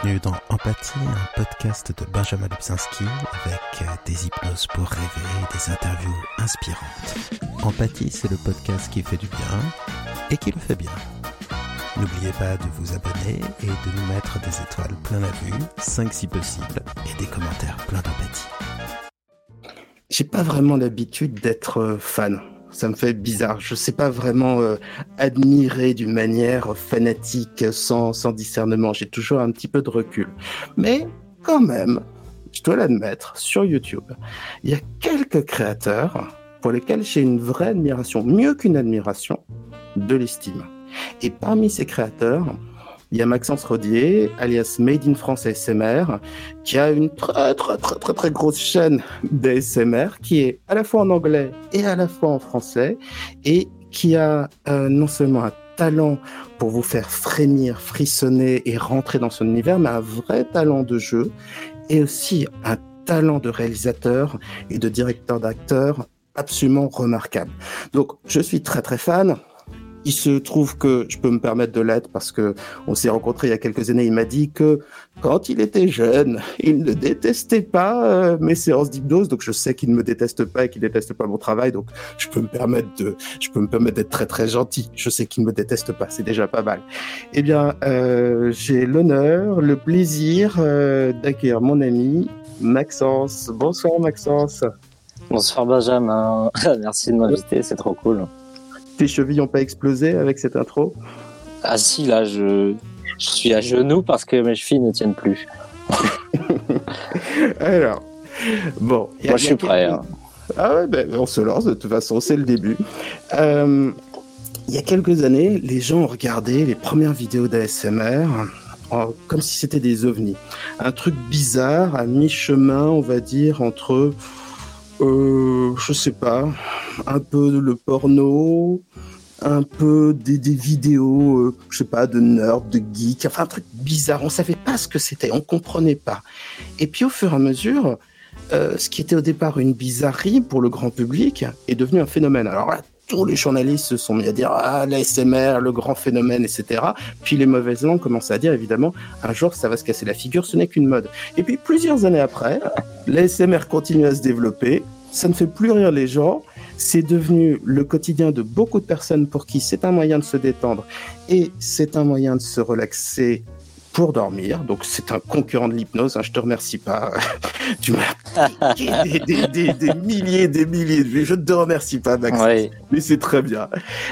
Bienvenue dans Empathie, un podcast de Benjamin Lubzinski avec des hypnoses pour rêver et des interviews inspirantes. Empathie, c'est le podcast qui fait du bien et qui le fait bien. N'oubliez pas de vous abonner et de nous mettre des étoiles plein la vue, 5 si possible, et des commentaires pleins d'empathie. J'ai pas vraiment l'habitude d'être fan. Ça me fait bizarre. Je sais pas vraiment admirer d'une manière fanatique, sans discernement. J'ai toujours un petit peu de recul. Mais quand même, je dois l'admettre, sur YouTube, il y a quelques créateurs pour lesquels j'ai une vraie admiration, mieux qu'une admiration, de l'estime. Et parmi ces créateurs, il y a Maxence Rodier, alias Made in France ASMR, qui a une très grosse chaîne d'ASMR qui est à la fois en anglais et à la fois en français et qui a non seulement un talent pour vous faire frémir, frissonner et rentrer dans son univers, mais un vrai talent de jeu et aussi un talent de réalisateur et de directeur d'acteur absolument remarquable. Donc, je suis très fan. Il se trouve que je peux me permettre de l'être parce que on s'est rencontrés il y a quelques années. Il m'a dit que quand il était jeune, il ne détestait pas mes séances d'hypnose. Donc je sais qu'il ne me déteste pas et qu'il déteste pas mon travail. Donc je peux me permettre d'être très gentil. Je sais qu'il ne me déteste pas. C'est déjà pas mal. Eh bien, j'ai l'honneur, le plaisir d'accueillir mon ami Maxence. Bonsoir Maxence. Bonsoir Benjamin. Merci de m'inviter. C'est trop cool. Tes chevilles n'ont pas explosé avec cette intro? Ah si, là, je suis à genoux parce que mes chevilles ne tiennent plus. Alors, bon. Moi, je suis prêt. Hein. Ah ouais, on se lance, de toute façon, c'est le début. Il y a quelques années, les gens ont regardé les premières vidéos d'ASMR comme si c'était des ovnis. Un truc bizarre, à mi-chemin, on va dire, entre... je sais pas, un peu le porno, un peu des vidéos, je sais pas, de nerds, de geeks, enfin un truc bizarre. On savait pas ce que c'était, on comprenait pas. Et puis au fur et à mesure, ce qui était au départ une bizarrerie pour le grand public est devenu un phénomène. Alors là, tous les journalistes se sont mis à dire « Ah, l'ASMR, le grand phénomène, etc. » Puis les mauvaises langues commençaient à dire, évidemment, un jour, ça va se casser la figure, ce n'est qu'une mode. Et puis, plusieurs années après, l'ASMR continue à se développer, ça ne fait plus rire les gens, c'est devenu le quotidien de beaucoup de personnes pour qui c'est un moyen de se détendre et c'est un moyen de se relaxer pour dormir. Donc, c'est un concurrent de l'hypnose, hein, je te remercie pas. Tu m'as piqué des milliers de vues. Je ne te remercie pas, Maxence. Oui. Mais c'est très bien.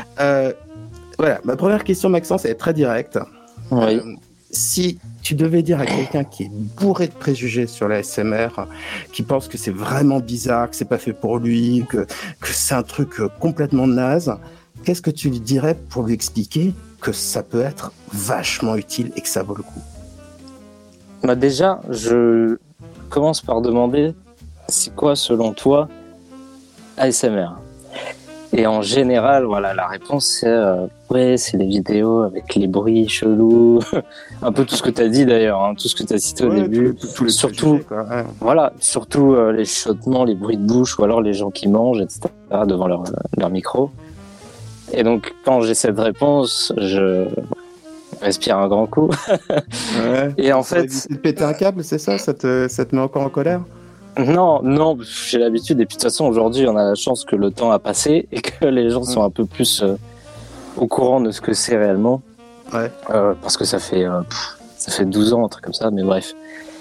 Voilà, ma première question, Maxence, elle est très directe. Oui. Si tu devais dire à quelqu'un qui est bourré de préjugés sur la ASMR, qui pense que c'est vraiment bizarre, que c'est pas fait pour lui, que c'est un truc complètement naze, qu'est-ce que tu lui dirais pour lui expliquer que ça peut être vachement utile et que ça vaut le coup? Bah déjà, je commence par demander, c'est quoi selon toi ASMR? Et en général, voilà, la réponse c'est ouais, c'est les vidéos avec les bruits chelous, un peu tout ce que tu as dit d'ailleurs, hein, tout ce que tu as cité au début. Tous les surtout, préjugés, quoi, ouais. Voilà, surtout les chuchotements, les bruits de bouche, ou alors les gens qui mangent, etc. devant leur micro. Et donc, quand j'ai cette réponse, je respire un grand coup. Ouais. Et en fait, de péter un câble, c'est ça? Ça te met encore en colère? Non, j'ai l'habitude. Et puis de toute façon, aujourd'hui, on a la chance que le temps a passé et que les gens sont un peu plus au courant de ce que c'est réellement. Ouais. Parce que ça fait 12 ans, un truc comme ça. Mais bref.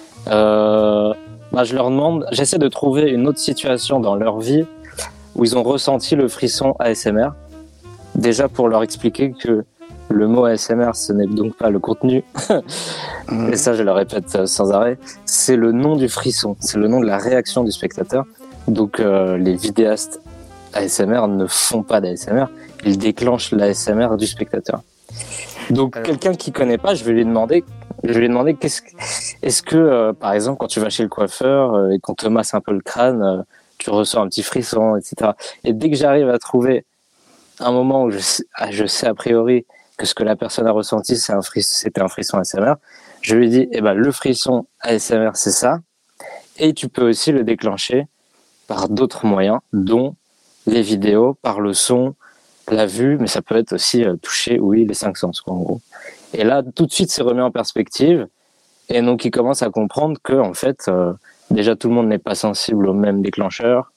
Je leur demande, j'essaie de trouver une autre situation dans leur vie où ils ont ressenti le frisson ASMR. Déjà pour leur expliquer que le mot ASMR, ce n'est donc pas le contenu, et ça je le répète sans arrêt, c'est le nom du frisson, c'est le nom de la réaction du spectateur. Donc les vidéastes ASMR ne font pas d'ASMR, ils déclenchent l'ASMR du spectateur. Donc quelqu'un qui connaît pas, je vais lui demander est-ce que par exemple quand tu vas chez le coiffeur et qu'on te masse un peu le crâne, tu ressens un petit frisson, etc. Et dès que j'arrive à trouver un moment où je sais a priori que ce que la personne a ressenti, c'était un frisson ASMR, je lui dis, le frisson ASMR, c'est ça, et tu peux aussi le déclencher par d'autres moyens, dont les vidéos, par le son, la vue, mais ça peut être aussi toucher, oui, les 5 sens, quoi, en gros. Et là, tout de suite, c'est remis en perspective, Et donc, ils commencent à comprendre que, en fait, déjà, tout le monde n'est pas sensible au même déclencheur.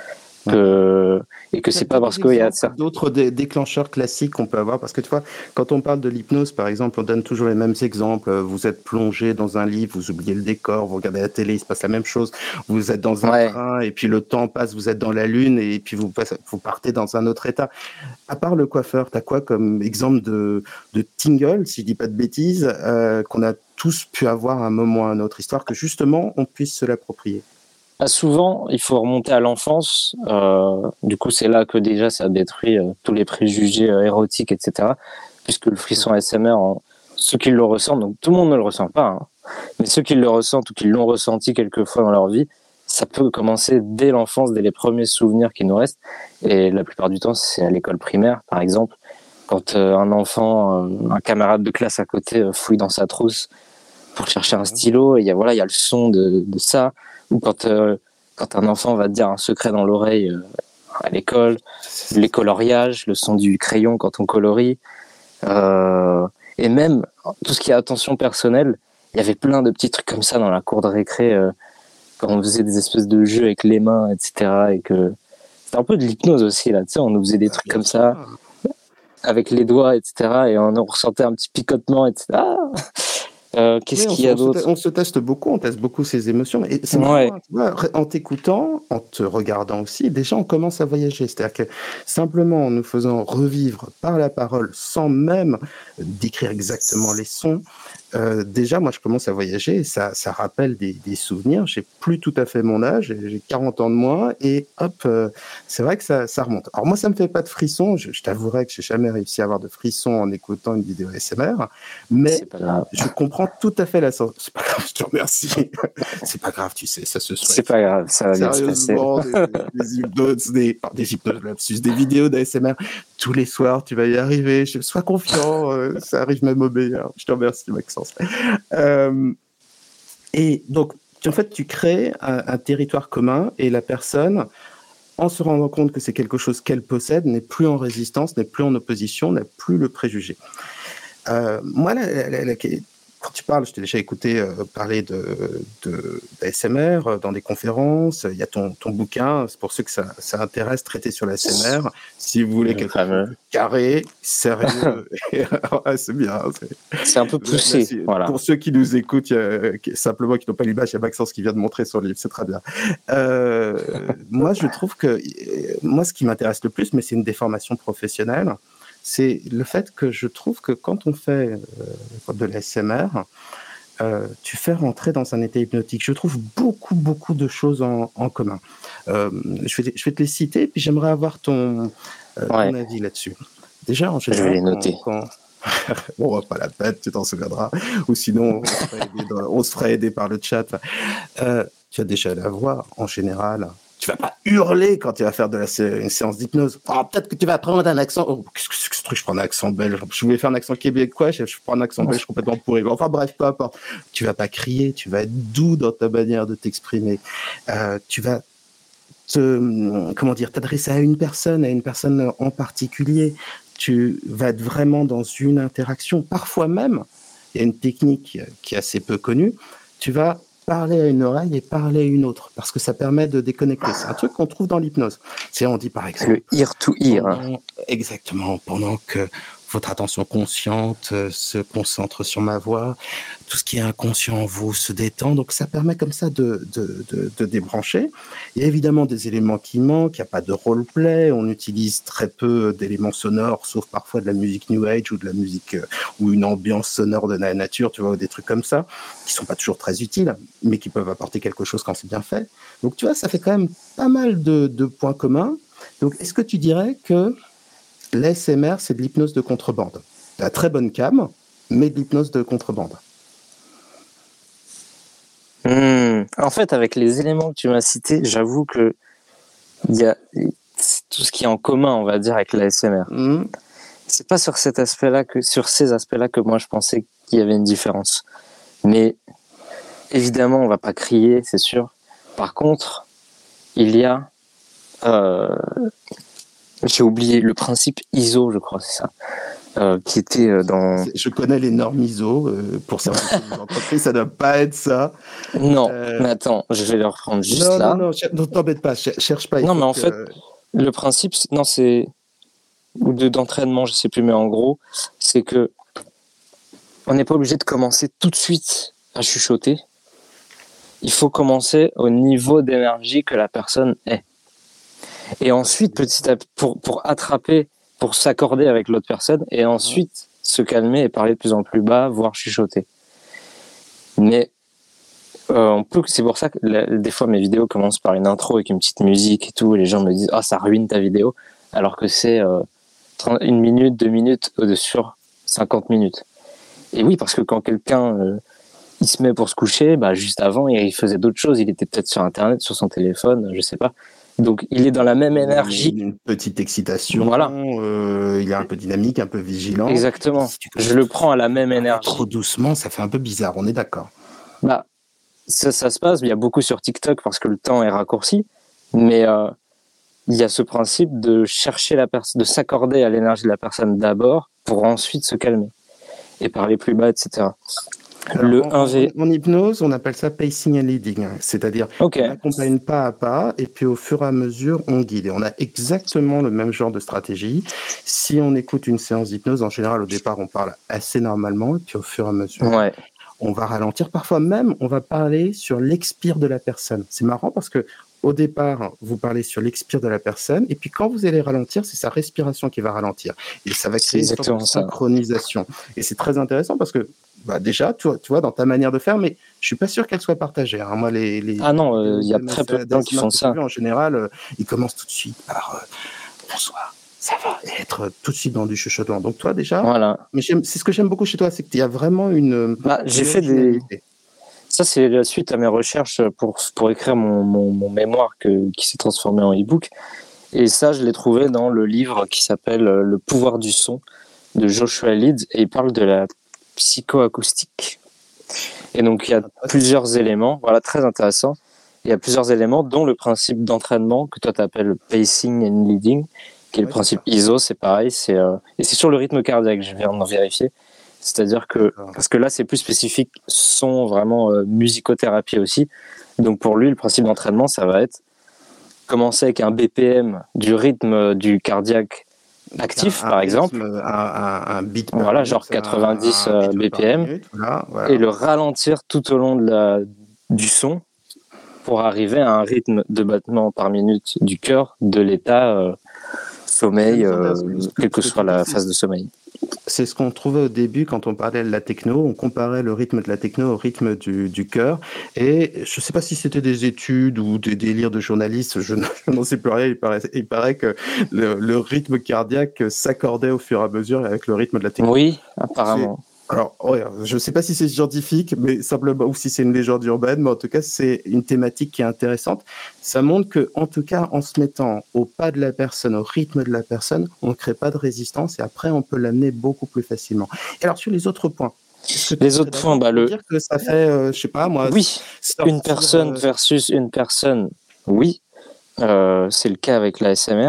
Et que c'est pas parce qu'il y a ça. D'autres déclencheurs classiques qu'on peut avoir, parce que tu vois, quand on parle de l'hypnose, par exemple, on donne toujours les mêmes exemples. Vous êtes plongé dans un livre, vous oubliez le décor, vous regardez la télé, il se passe la même chose. Vous êtes dans un train, et puis le temps passe, vous êtes dans la lune, et puis vous partez dans un autre état. À part le coiffeur, t'as quoi comme exemple de tingle, si je dis pas de bêtises, qu'on a tous pu avoir à un moment ou à un autre, histoire que justement on puisse se l'approprier? Souvent, il faut remonter à l'enfance. Du coup, c'est là que déjà ça détruit tous les préjugés érotiques, etc. Puisque le frisson ASMR, ceux qui le ressentent, donc tout le monde ne le ressent pas, hein, mais ceux qui le ressentent ou qui l'ont ressenti quelquefois dans leur vie, ça peut commencer dès l'enfance, dès les premiers souvenirs qui nous restent. Et la plupart du temps, c'est à l'école primaire, par exemple, quand un enfant, un camarade de classe à côté fouille dans sa trousse pour chercher un stylo, et il y a le son de ça. Ou quand un enfant va te dire un secret dans l'oreille à l'école, les coloriages, le son du crayon quand on colorie, et même tout ce qui est attention personnelle, il y avait plein de petits trucs comme ça dans la cour de récré, quand on faisait des espèces de jeux avec les mains, etc. Et que c'était un peu de l'hypnose aussi, là, tu sais, on nous faisait des trucs comme ça, avec les doigts, etc. Et on ressentait un petit picotement, etc. Qu'est-ce qu'il y a d'autre ? On se teste beaucoup, on teste beaucoup ses émotions. Et c'est marrant, tu vois, en t'écoutant, en te regardant aussi, déjà on commence à voyager. C'est-à-dire que simplement en nous faisant revivre par la parole, sans même décrire exactement les sons, déjà moi je commence à voyager et ça rappelle des souvenirs. J'ai plus tout à fait mon âge, j'ai 40 ans de moins et hop, c'est vrai que ça remonte. Alors moi ça me fait pas de frissons, je t'avouerai que j'ai jamais réussi à avoir de frissons en écoutant une vidéo ASMR, mais je comprends tout à fait la sens. C'est pas grave, je te remercie. C'est pas grave, tu sais, ça se souhaite. C'est pas grave, ça va bien se passer. Des hypnoses, des vidéos d'ASMR tous les soirs, tu vas y arriver. Sois confiant, ça arrive même au meilleur. Je te remercie, Maxence. Et donc, en fait, tu crées un territoire commun et la personne, en se rendant compte que c'est quelque chose qu'elle possède, n'est plus en résistance, n'est plus en opposition, n'a plus le préjugé. Moi, quand tu parles, je t'ai déjà écouté parler d'ASMR dans des conférences. Il y a ton bouquin, c'est pour ceux que ça intéresse, traité sur l'ASMR. Si vous voulez quelque chose de carré, sérieux, c'est bien. C'est un peu poussé. Voilà. Pour ceux qui nous écoutent, simplement qui n'ont pas l'image, il y a Maxence qui vient de montrer son livre, c'est très bien. Moi, je trouve que ce qui m'intéresse le plus, mais c'est une déformation professionnelle, c'est le fait que je trouve que quand on fait de l'ASMR, tu fais rentrer dans un état hypnotique. Je trouve beaucoup de choses en commun. Je vais te les citer, puis j'aimerais avoir ton avis là-dessus. Déjà, en général, je vais les noter. Bon, pas la peine, tu t'en souviendras. Ou sinon, on se ferait aider par le chat. Tu as déjà la voix, en général. Tu vas pas hurler quand tu vas faire une séance d'hypnose. Oh, peut-être que tu vas prendre un accent. Oh, qu'est-ce que c'est que ce truc ? Je prends un accent belge. Je voulais faire un accent québécois, je prends un accent belge complètement pourri. Enfin bref, peu importe. Tu vas pas crier, tu vas être doux dans ta manière de t'exprimer. Tu vas t'adresser à une personne en particulier. Tu vas être vraiment dans une interaction. Parfois même, il y a une technique qui est assez peu connue. Tu vas parler à une oreille et parler à une autre, parce que ça permet de déconnecter. C'est un truc qu'on trouve dans l'hypnose. On dit par exemple... Le ear to ear. Exactement, pendant que votre attention consciente se concentre sur ma voix, tout ce qui est inconscient en vous se détend, donc ça permet comme ça de débrancher. Il y a évidemment des éléments qui manquent, il n'y a pas de roleplay, on utilise très peu d'éléments sonores, sauf parfois de la musique New Age ou de la musique ou une ambiance sonore de la nature, tu vois, ou des trucs comme ça, qui sont pas toujours très utiles, mais qui peuvent apporter quelque chose quand c'est bien fait. Donc tu vois, ça fait quand même pas mal de points communs. Donc est-ce que tu dirais que l'ASMR, c'est de l'hypnose de contrebande? La très bonne cam, mais de l'hypnose de contrebande. En fait, avec les éléments que tu m'as cités, j'avoue que il y a tout ce qui est en commun, on va dire, avec l'ASMR. C'est pas sur ces aspects-là que moi je pensais qu'il y avait une différence. Mais évidemment, on va pas crier, c'est sûr. Par contre, il y a j'ai oublié le principe ISO, je crois, c'est ça. qui était dans... Je connais les normes ISO, pour certaines entreprises, ça ne doit pas être ça. Non, mais attends, je vais le reprendre juste là. Non, t'embête pas, cherche pas. Non, mais en fait, le principe, c'est ou d'entraînement, je sais plus, mais en gros, c'est que on n'est pas obligé de commencer tout de suite à chuchoter. Il faut commencer au niveau d'énergie que la personne est. Et ensuite, petit à petit, pour attraper, pour s'accorder avec l'autre personne, et ensuite se calmer et parler de plus en plus bas, voire chuchoter. Mais c'est pour ça que des fois mes vidéos commencent par une intro avec une petite musique et tout, et les gens me disent ça ruine ta vidéo, alors que c'est 1 minute, 2 minutes sur 50 minutes. Et oui, parce que quand quelqu'un il se met pour se coucher, juste avant il faisait d'autres choses, il était peut-être sur internet, sur son téléphone, je sais pas. Donc il est dans la même énergie. Une petite excitation, voilà. Il est un peu dynamique, un peu vigilant. Exactement. Je le prends à la même énergie. Trop doucement, ça fait un peu bizarre, on est d'accord. Ça se passe, il y a beaucoup sur TikTok parce que le temps est raccourci, mais il y a ce principe de chercher de s'accorder à l'énergie de la personne d'abord pour ensuite se calmer et parler plus bas, etc. Alors, en hypnose, on appelle ça pacing and leading, c'est-à-dire on accompagne pas à pas et puis au fur et à mesure on guide. Et on a exactement le même genre de stratégie. Si on écoute une séance d'hypnose, en général au départ on parle assez normalement et puis au fur et à mesure on va ralentir. Parfois même on va parler sur l'expire de la personne. C'est marrant parce que au départ, vous parlez sur l'expire de la personne, et puis quand vous allez ralentir, c'est sa respiration qui va ralentir. Et ça va créer une sorte de synchronisation. Et c'est très intéressant parce que, déjà, tu vois, dans ta manière de faire, mais je suis pas sûr qu'elle soit partagée. Hein. Moi, il y a très peu de gens qui font ça. En général, ils commencent tout de suite par bonsoir. Ça va être tout de suite dans du chuchotement. Donc toi, déjà, mais c'est ce que j'aime beaucoup chez toi, c'est qu'il y a vraiment une... j'ai fait Ça, c'est la suite à mes recherches pour écrire mon mémoire qui s'est transformé en e-book. Et ça, je l'ai trouvé dans le livre qui s'appelle Le pouvoir du son de Joshua Leeds. Et il parle de la psychoacoustique. Et donc, il y a plusieurs éléments, très intéressant. Il y a plusieurs éléments, dont le principe d'entraînement que toi, tu appelles pacing and leading, qui est le principe ISO, c'est pareil. Et c'est sur le rythme cardiaque, je viens d'en vérifier. C'est-à-dire que, parce que là, c'est plus spécifique, son vraiment musicothérapie aussi. Donc pour lui, le principe d'entraînement, ça va être commencer avec un BPM du rythme du cardiaque actif, par exemple. Un beat per minute, genre 90 BPM. Minute, et le ralentir tout au long du son pour arriver à un rythme de battement par minute du cœur de l'état sommeil, quelle que soit la phase de sommeil. C'est ce qu'on trouvait au début quand on parlait de la techno. On comparait le rythme de la techno au rythme du cœur. Et je ne sais pas si c'était des études ou des délires de journalistes, je n'en sais plus rien. Il paraît que le rythme cardiaque s'accordait au fur et à mesure avec le rythme de la techno. Oui, apparemment. Alors, je ne sais pas si c'est scientifique, mais simplement, ou si c'est une légende urbaine, mais en tout cas, c'est une thématique qui est intéressante. Ça montre que, en tout cas, en se mettant au pas de la personne, au rythme de la personne, on ne crée pas de résistance et après, on peut l'amener beaucoup plus facilement. Et alors, sur les autres points. Les autres points, dire que ça fait, je sais pas, moi. Oui, une personne versus une personne, oui. C'est le cas avec l'ASMR.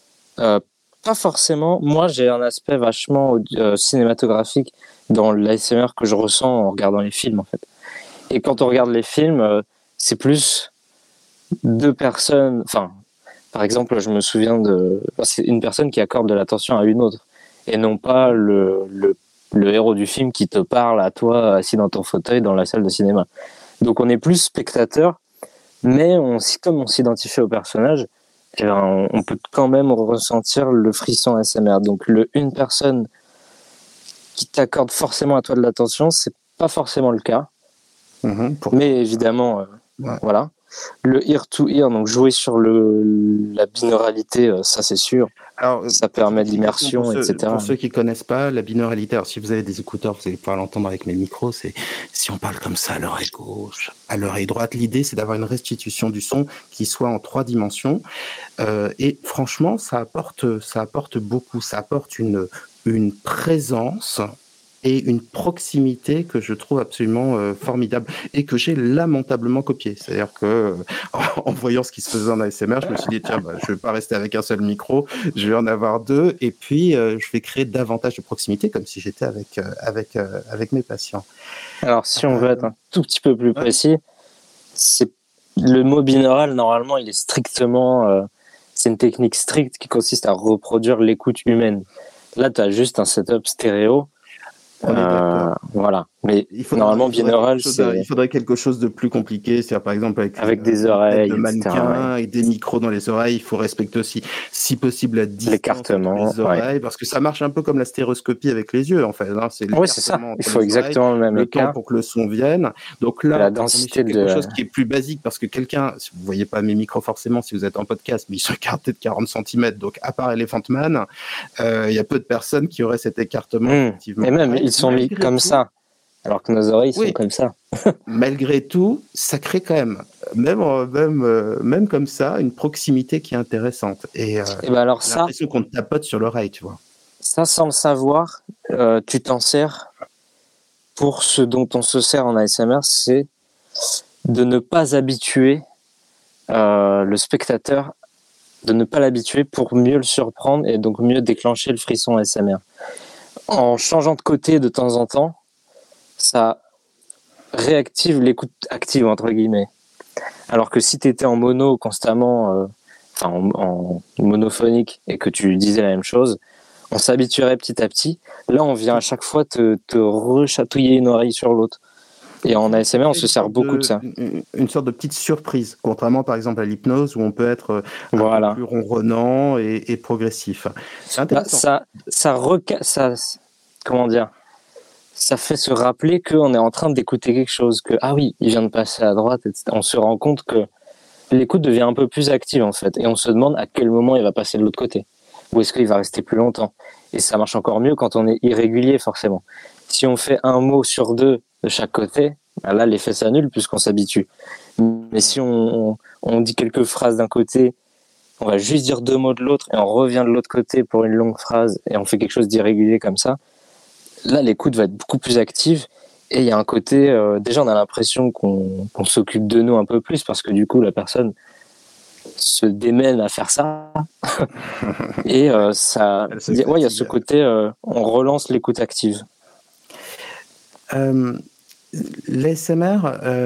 Pas forcément. Moi, j'ai un aspect vachement cinématographique dans l'ASMR que je ressens en regardant les films, en fait. Et quand on regarde les films, c'est plus deux personnes... Enfin, par exemple, je me souviens c'est une personne qui accorde de l'attention à une autre, et non pas le héros du film qui te parle à toi, assis dans ton fauteuil, dans la salle de cinéma. Donc on est plus spectateur, mais comme on s'identifie au personnage, on peut quand même ressentir le frisson ASMR. Donc une personne qui t'accorde forcément à toi de l'attention, c'est pas forcément le cas. Mais évidemment, voilà. Le ear to ear, donc jouer sur la binauralité, ça c'est sûr. Alors, ça permet l'immersion, etc. Pour ceux qui ne connaissent pas, la binauralité, alors si vous avez des écouteurs, vous allez pouvoir l'entendre avec mes micros, c'est si on parle comme ça à l'oreille gauche, à l'oreille droite, l'idée c'est d'avoir une restitution du son qui soit en 3 dimensions. Et franchement, ça apporte beaucoup, ça apporte une présence et une proximité que je trouve absolument formidable et que j'ai lamentablement copié. C'est-à-dire que en voyant ce qui se faisait en ASMR, je me suis dit tiens, je vais pas rester avec un seul micro, je vais en avoir deux et puis je vais créer davantage de proximité comme si j'étais avec mes patients. Alors si on veut être un tout petit peu plus précis, c'est le mot binaural normalement il est strictement c'est une technique stricte qui consiste à reproduire l'écoute humaine. Là tu as juste un setup stéréo. Voilà. Mais normalement, binaural, il faudrait quelque chose de plus compliqué. C'est-à-dire, par exemple, avec des oreilles, de mannequin et des micros dans les oreilles. Il faut respecter aussi, si possible, la distance l'écartement, des oreilles, parce que ça marche un peu comme la stéréoscopie avec les yeux, en fait. Hein. C'est ça. Il faut exactement le même écart pour que le son vienne. Donc là, la densité quelque chose qui est plus basique, parce que quelqu'un, vous voyez pas mes micros forcément si vous êtes en podcast, mais ils sont écartés de 40 cm. Donc, à part Elephant Man, il y a peu de personnes qui auraient cet écartement. Effectivement. Et même, ils sont mis comme ça. Alors que nos oreilles sont comme ça. Malgré tout, ça crée quand même comme ça, une proximité qui est intéressante. Et alors j'ai l'impression qu'on te tapote sur l'oreille, tu vois. Ça, sans le savoir, tu t'en sers pour ce dont on se sert en ASMR, c'est de ne pas habituer le spectateur, de ne pas l'habituer pour mieux le surprendre et donc mieux déclencher le frisson ASMR. En changeant de côté de temps en temps, ça réactive l'écoute active, entre guillemets. Alors que si tu étais en mono constamment, en monophonique, et que tu disais la même chose, on s'habituerait petit à petit. Là, on vient à chaque fois te rechatouiller une oreille sur l'autre. Et en ASMR, on se sert beaucoup de ça. Une sorte de petite surprise, contrairement par exemple à l'hypnose, où on peut être un peu plus ronronnant et progressif. C'est intéressant. Comment dire ? Ça fait se rappeler qu'on est en train d'écouter quelque chose, que ah oui, il vient de passer à droite, etc. On se rend compte que l'écoute devient un peu plus active en fait, et on se demande à quel moment il va passer de l'autre côté, ou est-ce qu'il va rester plus longtemps. Et ça marche encore mieux quand on est irrégulier forcément. Si on fait un mot sur deux de chaque côté, là l'effet s'annule puisqu'on s'habitue. Mais si on dit quelques phrases d'un côté, on va juste dire deux mots de l'autre, et on revient de l'autre côté pour une longue phrase, et on fait quelque chose d'irrégulier comme ça, là, l'écoute va être beaucoup plus active et il y a un côté... déjà, on a l'impression qu'on s'occupe de nous un peu plus parce que du coup, la personne se démène à faire ça. Et ça... il y a ce côté... on relance l'écoute active. L'ASMR,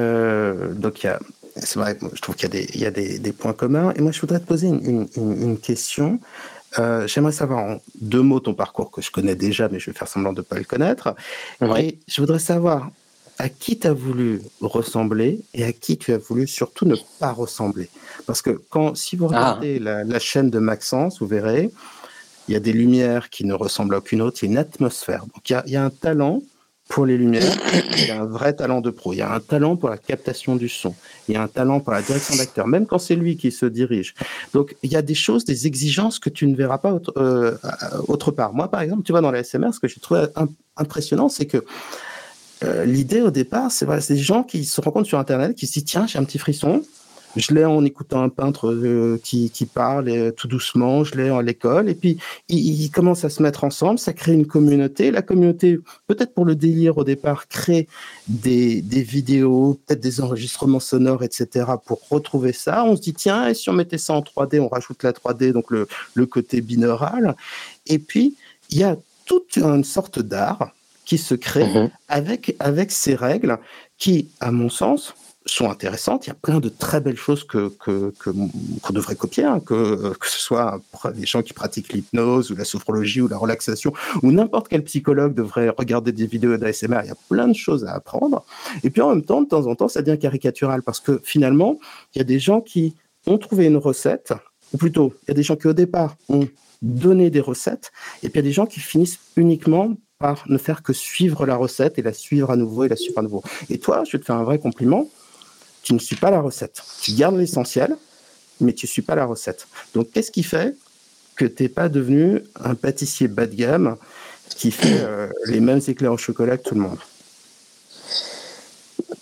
donc c'est vrai, je trouve qu'il y a des points communs. Et moi, je voudrais te poser une question. J'aimerais savoir en deux mots ton parcours que je connais déjà, mais je vais faire semblant de ne pas le connaître. Ouais. Et je voudrais savoir à qui tu as voulu ressembler et à qui tu as voulu surtout ne pas ressembler. Parce que si vous regardez la chaîne de Maxence, vous verrez, il y a des lumières qui ne ressemblent à aucune autre, il y a une atmosphère. Donc il y a un talent pour les lumières, il y a un vrai talent de pro. Il y a un talent pour la captation du son. Il y a un talent pour la direction d'acteur, même quand c'est lui qui se dirige. Donc, il y a des choses, des exigences que tu ne verras pas autre part. Moi, par exemple, tu vois, dans la ASMR, ce que j'ai trouvé impressionnant, c'est que l'idée, au départ, c'est des gens qui se rencontrent sur Internet, qui se disent, tiens, j'ai un petit frisson. Je l'ai en écoutant un peintre qui parle tout doucement, je l'ai à l'école, et puis ils commencent à se mettre ensemble, ça crée une communauté. La communauté, peut-être pour le délire au départ, crée des vidéos, peut-être des enregistrements sonores, etc. pour retrouver ça. On se dit, tiens, et si on mettait ça en 3D, on rajoute la 3D, donc le côté binaural. Et puis, il y a toute une sorte d'art qui se crée avec ces règles qui, à mon sens, sont intéressantes. Il y a plein de très belles choses qu'on devrait copier, que ce soit des gens qui pratiquent l'hypnose ou la sophrologie ou la relaxation, ou n'importe quel psychologue devrait regarder des vidéos d'ASMR. Il y a plein de choses à apprendre. Et puis en même temps, de temps en temps, ça devient caricatural parce que finalement, il y a des gens qui ont trouvé une recette, ou plutôt, il y a des gens qui au départ ont donné des recettes, et puis il y a des gens qui finissent uniquement par ne faire que suivre la recette et la suivre à nouveau et la suivre à nouveau. Et toi, je vais te faire un vrai compliment. Tu ne suis pas la recette. Tu gardes l'essentiel, mais tu ne suis pas la recette. Donc, qu'est-ce qui fait que tu n'es pas devenu un pâtissier bas de gamme qui fait les mêmes éclairs au chocolat que tout le monde ?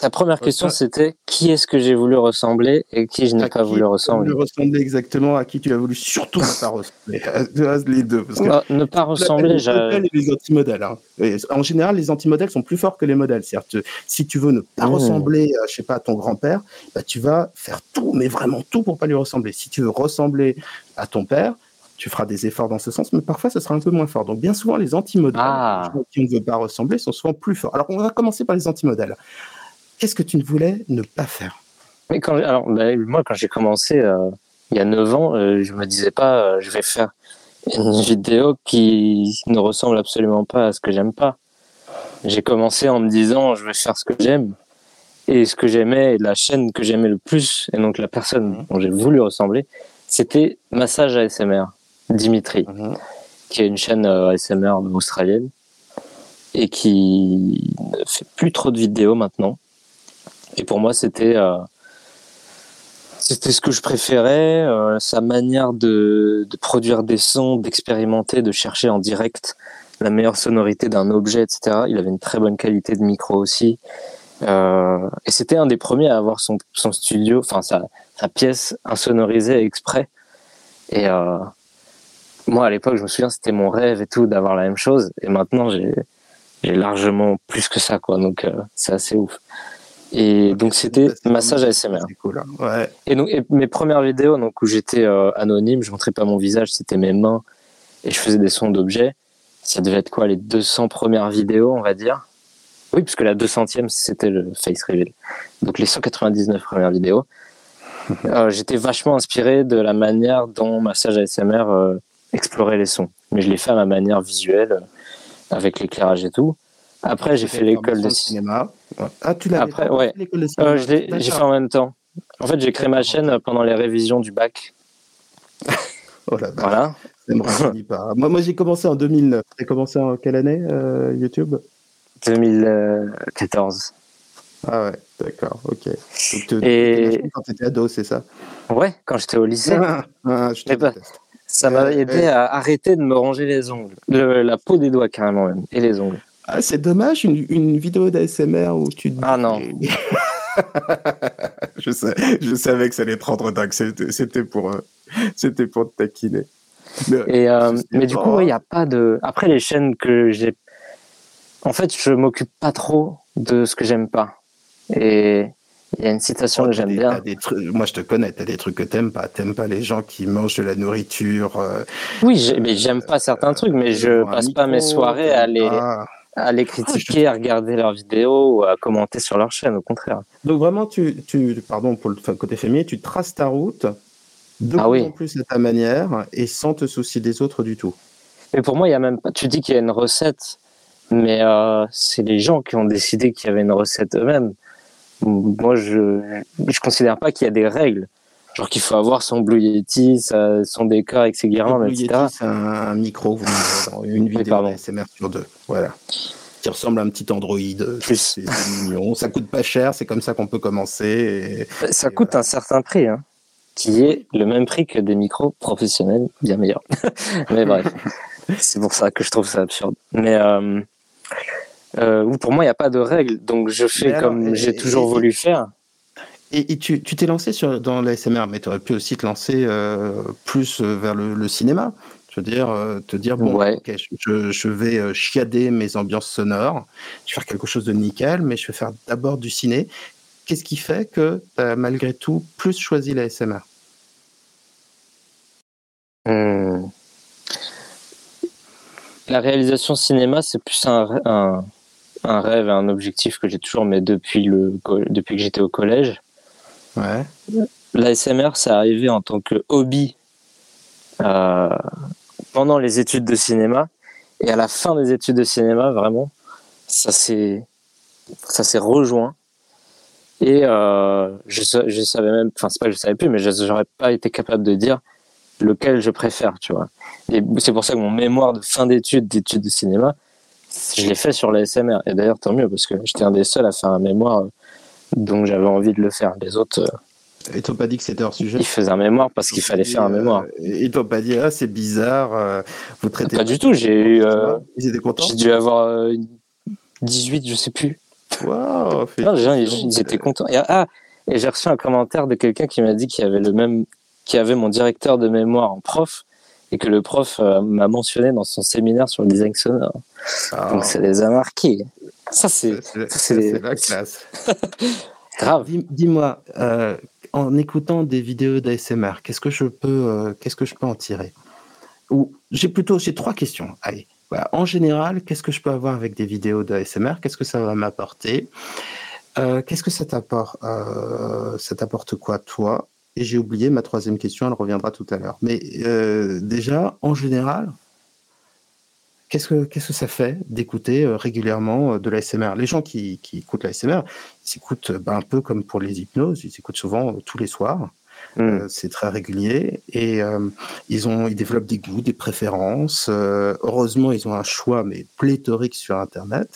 Ta première question, c'était qui est-ce que j'ai voulu ressembler et qui je n'ai pas voulu ressembler. Ressembler exactement à qui tu as voulu surtout ne pas ressembler. Les deux. Parce que ne pas ressembler, les modèles et les anti-modèles. Hein. Et en général, les anti-modèles sont plus forts que les modèles. C'est-à-dire que si tu veux ne pas ressembler, je sais pas, à ton grand-père, bah, tu vas faire tout, mais vraiment tout pour pas lui ressembler. Si tu veux ressembler à ton père, tu feras des efforts dans ce sens, mais parfois, ce sera un peu moins fort. Donc, bien souvent, les anti-modèles, les gens qui ne veulent pas ressembler, sont souvent plus forts. Alors, on va commencer par les anti-modèles. Qu'est-ce que tu ne voulais ne pas faire ? Mais moi, quand j'ai commencé il y a 9 ans, je me disais pas je vais faire une vidéo qui ne ressemble absolument pas à ce que j'aime pas. J'ai commencé en me disant je vais faire ce que j'aime. Et ce que j'aimais, la chaîne que j'aimais le plus, et donc la personne dont j'ai voulu ressembler, c'était Massage ASMR, Dimitri, qui est une chaîne ASMR australienne et qui ne fait plus trop de vidéos maintenant. Et pour moi, c'était ce que je préférais, sa manière de produire des sons, d'expérimenter, de chercher en direct la meilleure sonorité d'un objet, etc. Il avait une très bonne qualité de micro aussi. Et c'était un des premiers à avoir son studio, enfin sa pièce insonorisée exprès. Et moi, à l'époque, je me souviens, c'était mon rêve et tout d'avoir la même chose. Et maintenant, j'ai largement plus que ça, quoi. Donc, c'est assez ouf. Et donc c'était Massage ASMR. C'est cool, hein. Ouais. Et donc mes premières vidéos, donc où j'étais anonyme, je montrais pas mon visage, c'était mes mains et je faisais des sons d'objets. Ça devait être quoi, les 200 premières vidéos, on va dire. Oui, parce que la 200e c'était le face reveal. Donc les 199 premières vidéos. J'étais vachement inspiré de la manière dont Massage ASMR explorait les sons, mais je l'ai fait à ma manière visuelle, avec l'éclairage et tout. Après, j'ai fait l'école de cinéma. Ah, tu l'as fait ouais. L'école de cinéma. J'ai fait en même temps. En fait, j'ai créé ma chaîne pendant les révisions du bac. Oh là bas. Voilà. Ça me rajeunit pas. Moi, j'ai commencé en 2009. Tu as commencé en quelle année, YouTube ? 2014. Ah ouais, d'accord, ok. Donc, et quand tu étais ado, c'est ça ? Ouais, quand j'étais au lycée. Je te déteste. Ça m'a aidé à arrêter de me ronger les ongles. La peau des doigts, carrément même. Et les ongles. Ah, c'est dommage, une vidéo d'ASMR où tu... Ah non. je savais que ça allait te rendre dingue. C'était pour te taquiner. Mais du coup, il n'y a pas de... Après, les chaînes que j'ai... En fait, je m'occupe pas trop de ce que j'aime pas. Et il y a une citation que j'aime bien. Moi, je te connais, t'as des trucs que t'aimes pas. T'aimes pas les gens qui mangent de la nourriture. Oui, mais j'aime pas certains trucs, mais je passe pas mes soirées à les critiquer, à regarder leurs vidéos ou à commenter sur leur chaîne, au contraire. Donc vraiment, pardon pour le côté féminin, tu traces ta route de plus en plus à ta manière et sans te soucier des autres du tout. Mais pour moi, il y a même pas. Tu dis qu'il y a une recette, mais c'est les gens qui ont décidé qu'il y avait une recette eux-mêmes. Moi, je considère pas qu'il y a des règles. Genre qu'il faut avoir son Blue Yeti, son décor avec ses guirlandes, etc. Blue Yeti, c'est un micro, vous dans une vidéo ASMR sur 2. Voilà. Qui ressemble à un petit Android. C'est mignon. Ça coûte pas cher, c'est comme ça qu'on peut commencer. Ça coûte un certain prix, hein, qui est le même prix que des micros professionnels bien meilleurs. Mais bref, c'est pour ça que je trouve ça absurde. Mais pour moi, il n'y a pas de règles, donc je fais comme j'ai toujours voulu faire. Et tu t'es lancé dans l'ASMR, mais tu aurais pu aussi te lancer plus vers le cinéma. Je veux dire, te dire, ok, je vais chiader mes ambiances sonores, je vais faire quelque chose de nickel, mais je vais faire d'abord du ciné. Qu'est-ce qui fait que tu as malgré tout plus choisi l'ASMR ? La réalisation cinéma, c'est plus un rêve et un objectif que j'ai toujours, mais depuis que j'étais au collège. Ouais. L'ASMR, c'est arrivé en tant que hobby pendant les études de cinéma, et à la fin des études de cinéma, vraiment, ça s'est rejoint. Et je savais même, enfin c'est pas que je savais plus, mais j'aurais pas été capable de dire lequel je préfère, tu vois. Et c'est pour ça que mon mémoire de fin d'études de cinéma, je l'ai fait sur l'ASMR. Et d'ailleurs, tant mieux, parce que j'étais un des seuls à faire un mémoire, donc j'avais envie de le faire. Les autres... Ils t'ont pas dit que c'était hors sujet ? Ils faisaient un mémoire parce qu'il fallait faire un mémoire. Ils t'ont pas dit, c'est bizarre, vous traitez... Pas du tout, j'ai eu... Ils étaient contents ? J'ai dû avoir 18, je sais plus. Waouh, Non, les gens, ils étaient contents. Et j'ai reçu un commentaire de quelqu'un qui m'a dit qu'il y avait mon directeur de mémoire en prof, et que le prof m'a mentionné dans son séminaire sur le design sonore. Donc ça les a marqués. Ça, c'est la classe. Grave. Dis-moi, en écoutant des vidéos d'ASMR, qu'est-ce que je peux en tirer? Ou j'ai 3 questions. Allez, voilà. En général, qu'est-ce que je peux avoir avec des vidéos d'ASMR? Qu'est-ce que ça va m'apporter? Qu'est-ce que ça t'apporte? Ça t'apporte quoi, toi? Et j'ai oublié ma 3e question, elle reviendra tout à l'heure. Mais déjà, en général, qu'est-ce que ça fait d'écouter régulièrement de l'ASMR? Les gens qui écoutent l'ASMR, ils s'écoutent un peu comme pour les hypnoses, ils s'écoutent souvent tous les soirs. C'est très régulier et ils développent des goûts, des préférences. Heureusement, ils ont un choix mais pléthorique sur Internet.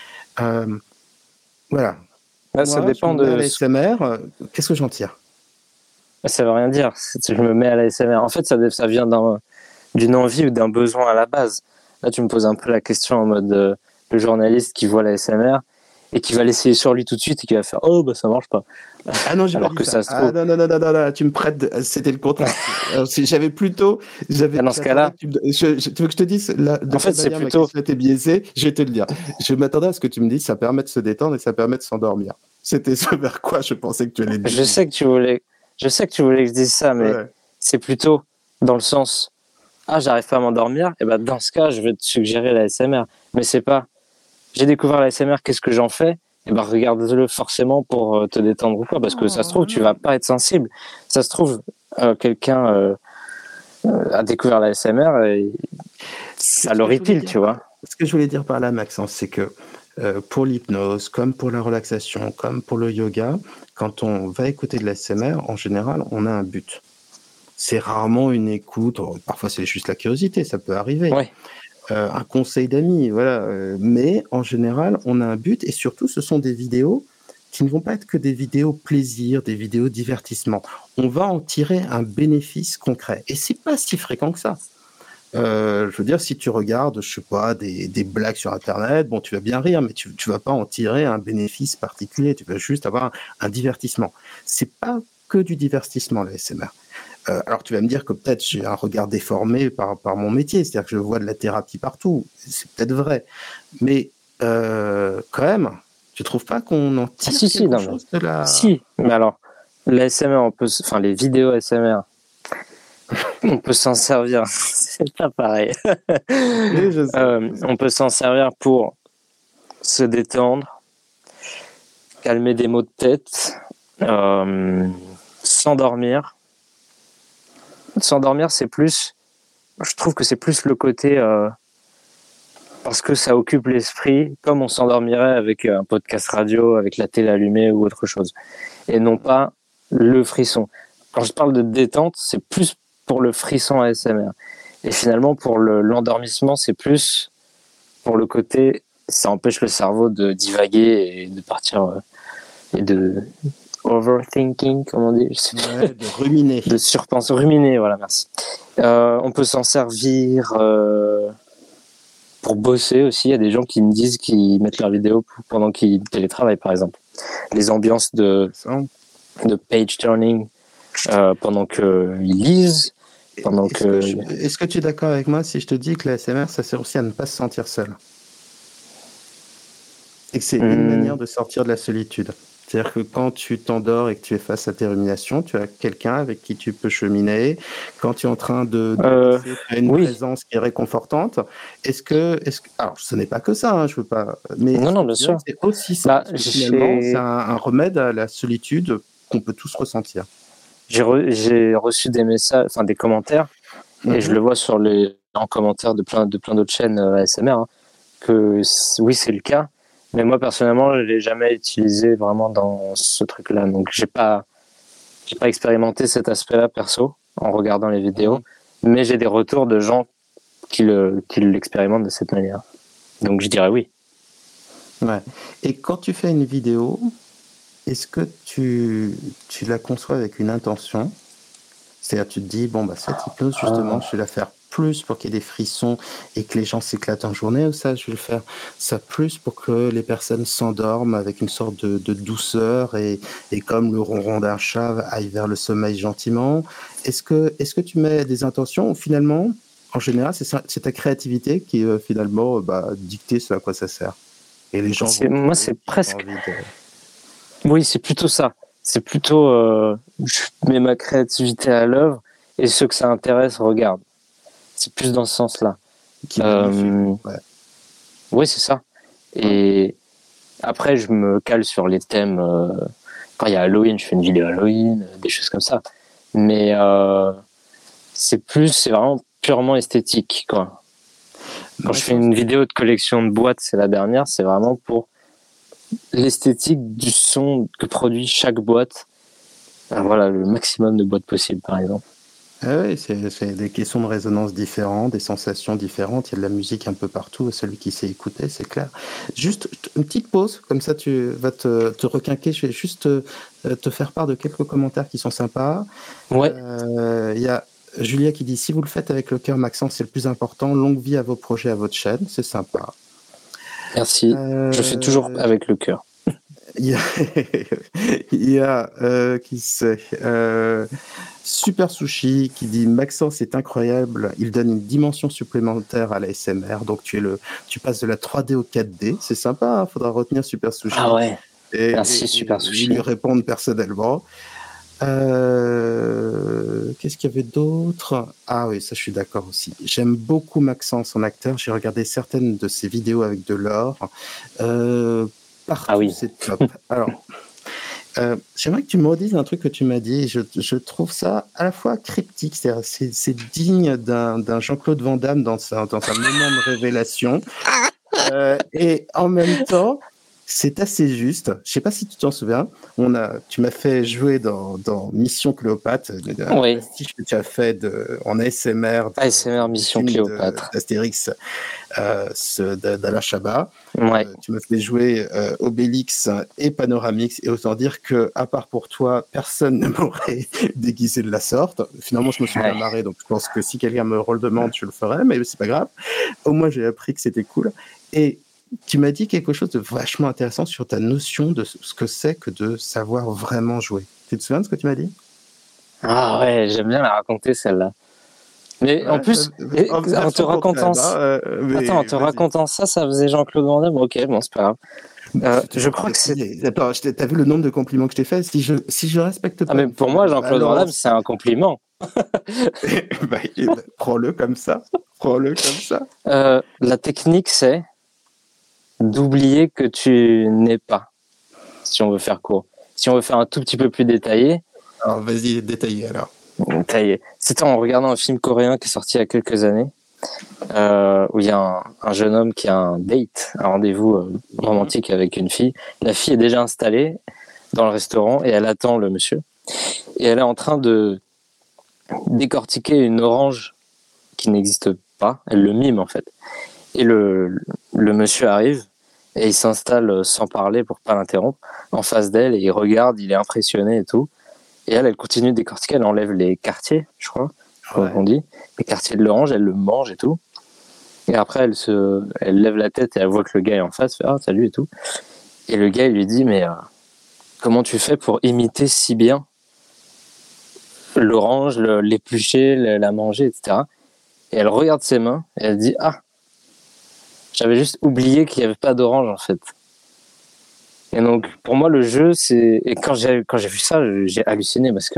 Voilà. Là, ça dépend de l'ASMR. Qu'est-ce que j'en tire? Ça veut rien dire. Je me mets à l'ASMR. En fait, ça vient d'une envie ou d'un besoin à la base. Là, tu me poses un peu la question en mode le journaliste qui voit l'ASMR et qui va l'essayer sur lui tout de suite et qui va faire « Oh, bah ça marche pas ». Ah non, alors que ça se trouve... non, tu me prêtes... C'était le contraire. J'avais plutôt... dans ce cas-là... Tu veux que je te dise en fait, c'est plutôt... T'es biaisé, je vais te le dire. Je m'attendais à ce que tu me dises, ça permet de se détendre et ça permet de s'endormir. C'était ce vers quoi je pensais que tu allais dire. Je sais que tu voulais que je dise ça, mais c'est plutôt dans le sens... Ah, j'arrive pas à m'endormir, et ben dans ce cas, je vais te suggérer l'ASMR. Mais c'est pas... J'ai découvert l'ASMR, qu'est-ce que j'en fais? Et ben regarde-le forcément pour te détendre ou quoi, parce que ça se trouve tu vas pas être sensible. Ça se trouve quelqu'un a découvert l'ASMR et ça l'horripile, tu vois. Ce que je voulais dire par là, Maxence, c'est que pour l'hypnose, comme pour la relaxation, comme pour le yoga, quand on va écouter de l'ASMR, en général, on a un but. C'est rarement une écoute, parfois c'est juste la curiosité, ça peut arriver. Ouais. Un conseil d'amis, voilà. Mais en général, on a un but et surtout, ce sont des vidéos qui ne vont pas être que des vidéos plaisir, des vidéos divertissement. On va en tirer un bénéfice concret et c'est pas si fréquent que ça. Je veux dire, si tu regardes, je sais pas, des blagues sur Internet, bon, tu vas bien rire, mais tu vas pas en tirer un bénéfice particulier. Tu vas juste avoir un divertissement. C'est pas que du divertissement, la SMR. Alors tu vas me dire que peut-être j'ai un regard déformé par mon métier, c'est-à-dire que je vois de la thérapie partout, c'est peut-être vrai, mais quand même, tu trouves pas qu'on en tire quelque chose de la... Si, mais alors, l'ASMR, les vidéos ASMR, on peut s'en servir, c'est pas pareil. On peut s'en servir pour se détendre, calmer des maux de tête, s'endormir. S'endormir, c'est plus... Je trouve que c'est plus le côté... parce que ça occupe l'esprit, comme on s'endormirait avec un podcast radio, avec la télé allumée ou autre chose. Et non pas le frisson. Quand je parle de détente, c'est plus pour le frisson ASMR. Et finalement, pour l'endormissement, c'est plus pour le côté... Ça empêche le cerveau de divaguer et de partir... et de... overthinking, comme on dit, de ruminer. De surpenser, ruminer, voilà, merci. On peut s'en servir pour bosser aussi. Il y a des gens qui me disent qu'ils mettent leurs vidéos pendant qu'ils télétravaillent, par exemple. Les ambiances de page turning pendant qu'ils lisent. Est-ce que tu es d'accord avec moi si je te dis que la SMR, ça sert aussi à ne pas se sentir seul? Et que c'est une manière de sortir de la solitude. C'est-à-dire que quand tu t'endors et que tu es face à tes ruminations, tu as quelqu'un avec qui tu peux cheminer. Quand tu es en train tu as une présence qui est réconfortante. Est-ce que alors, ce n'est pas que ça, hein, je veux pas. Mais non, bien sûr. C'est aussi ça. Finalement, c'est un remède à la solitude qu'on peut tous ressentir. J'ai reçu des messages, enfin des commentaires, et je le vois en commentaires de plein d'autres chaînes ASMR, hein, que oui, c'est le cas. Mais moi, personnellement, je ne l'ai jamais utilisé vraiment dans ce truc-là. Donc, j'ai pas expérimenté cet aspect-là, perso, en regardant les vidéos. Mais j'ai des retours de gens qui l'expérimentent de cette manière. Donc, je dirais oui. Ouais. Et quand tu fais une vidéo, est-ce que tu la conçois avec une intention? C'est-à-dire, tu te dis, bon, cette hypnose, justement, je vais la faire plus pour qu'il y ait des frissons et que les gens s'éclatent en journée, ou ça, je vais le faire ça plus pour que les personnes s'endorment avec une sorte de douceur et comme le ronron d'un chat aille vers le sommeil gentiment. Est-ce que tu mets des intentions ou finalement, en général, c'est ta créativité qui finalement dicter ce à quoi ça sert? Et les gens Moi, c'est presque... Oui, c'est plutôt ça. C'est plutôt... je mets ma créativité à l'œuvre et ceux que ça intéresse regardent. C'est plus dans ce sens-là. Oui, c'est ça. Et après, je me cale sur les thèmes. Quand il y a Halloween, je fais une vidéo Halloween, des choses comme ça. Mais c'est vraiment purement esthétique, quoi. Quand je fais une vidéo de collection de boîtes, c'est la dernière, c'est vraiment pour l'esthétique du son que produit chaque boîte. Voilà, le maximum de boîtes possible, par exemple. Ah oui, c'est des questions de résonance différentes, des sensations différentes. Il y a de la musique un peu partout. Celui qui sait écouter, c'est clair. Juste une petite pause, comme ça tu vas te requinquer. Je vais juste te faire part de quelques commentaires qui sont sympas. Ouais. Il y a Julia qui dit « Si vous le faites avec le cœur, Maxence, c'est le plus important. Longue vie à vos projets, à votre chaîne. » C'est sympa. Merci. Je fais toujours avec le cœur. Il y a qui c'est Super Sushi qui dit Maxence est incroyable, il donne une dimension supplémentaire à la SMR, donc tu passes de la 3D au 4D, c'est sympa, faudra retenir Super Sushi. Ah ouais. Merci Super Sushi. Lui répondre personnellement. Qu'est-ce qu'il y avait d'autre? Ah oui, ça je suis d'accord aussi. J'aime beaucoup Maxence en acteur, j'ai regardé certaines de ses vidéos avec de l'or. Partout, c'est top. Alors, j'aimerais que tu me redises un truc que tu m'as dit. Je trouve ça à la fois cryptique, c'est digne d'un Jean-Claude Van Damme dans un moment de révélation, et en même temps, c'est assez juste. Je sais pas si tu t'en souviens. Tu m'as fait jouer dans Mission Cléopâtre, un pastiche que tu as fait en ASMR. ASMR Mission Cléopâtre. D'Astérix, d'Alain Chabat. Ouais. Tu m'as fait jouer Obélix et Panoramix, et autant dire que, à part pour toi, personne ne m'aurait déguisé de la sorte. Finalement, je me suis bien marré, donc je pense que si quelqu'un me redemande, je le ferai, mais c'est pas grave. Au moins, j'ai appris que c'était cool. Et tu m'as dit quelque chose de vachement intéressant sur ta notion de ce que c'est que de savoir vraiment jouer. Tu te souviens de ce que tu m'as dit? Ah ouais, j'aime bien la raconter celle-là. Mais en plus, en te racontant ça, ça faisait Jean-Claude Van Damme. Ok, bon, c'est pas grave. Je crois que c'est... Attends, t'as vu le nombre de compliments que je t'ai fait? Si je respecte pas... Ah mais pour moi, Jean-Claude Van Damme, c'est un compliment. Prends-le comme ça. La technique, c'est d'oublier que tu n'es pas, si on veut faire court. Si on veut faire un tout petit peu plus détaillé... Alors, vas-y, détaillé alors. Détaillé. C'était en regardant un film coréen qui est sorti il y a quelques années, où il y a un jeune homme qui a un date, un rendez-vous romantique avec une fille. La fille est déjà installée dans le restaurant et elle attend le monsieur. Et elle est en train de décortiquer une orange qui n'existe pas. Elle le mime en fait. Et le monsieur arrive et il s'installe sans parler pour pas l'interrompre en face d'elle et il regarde, il est impressionné et tout. Et elle continue de décortiquer, elle enlève les quartiers, je crois, on dit, les quartiers de l'orange, elle le mange et tout. Et après, elle lève la tête et elle voit que le gars est en face, fait « Ah, salut » et tout. Et le gars, il lui dit « Mais comment tu fais pour imiter si bien l'orange, l'éplucher, la manger, etc. » Et elle regarde ses mains et elle dit « Ah, j'avais juste oublié qu'il n'y avait pas d'orange en fait. » Et donc, pour moi, le jeu, c'est... Et quand j'ai vu ça, j'ai halluciné parce que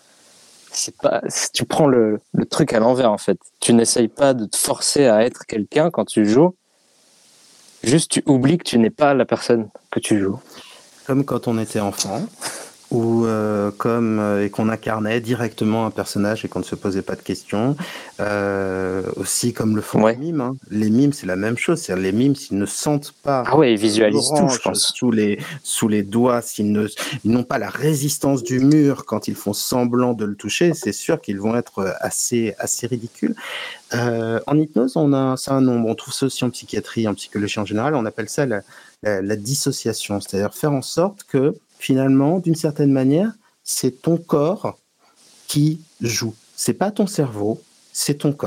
tu prends le truc à l'envers, en fait. Tu n'essayes pas de te forcer à être quelqu'un quand tu joues. Juste, tu oublies que tu n'es pas la personne que tu joues. Comme quand on était enfant, ou et qu'on incarnait directement un personnage et qu'on ne se posait pas de questions. Aussi comme le font les mimes. Hein. Les mimes, c'est la même chose. C'est-à-dire les mimes, s'ils ne sentent pas ils visualisent tout, je pense. Sous les doigts, ils n'ont pas la résistance du mur quand ils font semblant de le toucher, c'est sûr qu'ils vont être assez ridicules. En hypnose, c'est un nom. On trouve ça aussi en psychiatrie, en psychologie en général. On appelle ça la dissociation. C'est-à-dire faire en sorte que finalement, d'une certaine manière, c'est ton corps qui joue. C'est pas ton cerveau, c'est ton corps.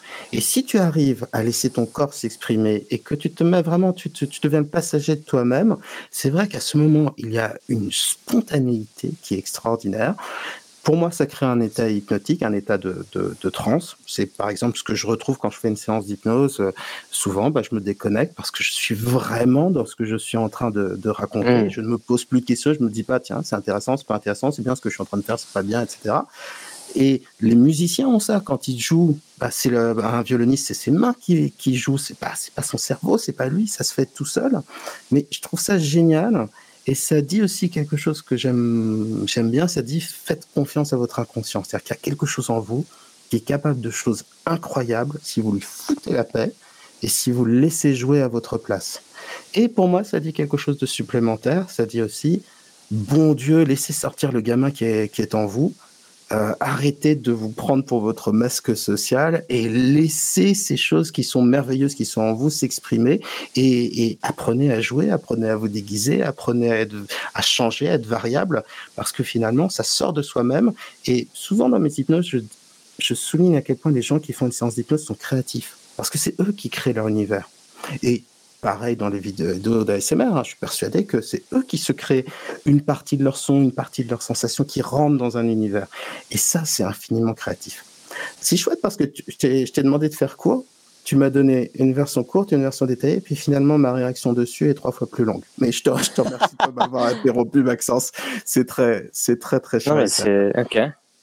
Et si tu arrives à laisser ton corps s'exprimer et que tu te mets vraiment, tu deviens le passager de toi-même, c'est vrai qu'à ce moment, il y a une spontanéité qui est extraordinaire. Pour moi, ça crée un état hypnotique, un état de transe. C'est par exemple ce que je retrouve quand je fais une séance d'hypnose. Souvent, je me déconnecte parce que je suis vraiment dans ce que je suis en train de raconter. Je ne me pose plus de questions. Je me dis pas, tiens, c'est intéressant, c'est pas intéressant, c'est bien ce que je suis en train de faire, c'est pas bien, etc. Et les musiciens ont ça quand ils jouent. Un violoniste, c'est ses mains qui jouent. C'est pas son cerveau, c'est pas lui. Ça se fait tout seul. Mais je trouve ça génial. Et ça dit aussi quelque chose que j'aime bien, ça dit faites confiance à votre inconscient. C'est-à-dire qu'il y a quelque chose en vous qui est capable de choses incroyables si vous lui foutez la paix et si vous le laissez jouer à votre place. Et pour moi, ça dit quelque chose de supplémentaire. Ça dit aussi, bon Dieu, laissez sortir le gamin qui est en vous. Arrêtez de vous prendre pour votre masque social et laissez ces choses qui sont merveilleuses, qui sont en vous, s'exprimer et apprenez à jouer, apprenez à vous déguiser, apprenez à changer, à être variable, parce que finalement, ça sort de soi-même. Et souvent dans mes hypnoses, je souligne à quel point les gens qui font une séance d'hypnose sont créatifs, parce que c'est eux qui créent leur univers. Et pareil dans les vidéos d'ASMR, je suis persuadé que c'est eux qui se créent une partie de leur son, une partie de leurs sensations qui rentrent dans un univers. Et ça, c'est infiniment créatif. C'est chouette parce que je t'ai demandé de faire court, tu m'as donné une version courte, une version détaillée, et puis finalement, ma réaction dessus est 3 fois plus longue. Mais je te remercie de m'avoir interrompu, Maxence. C'est très chouette. Non, mais c'est... Ok.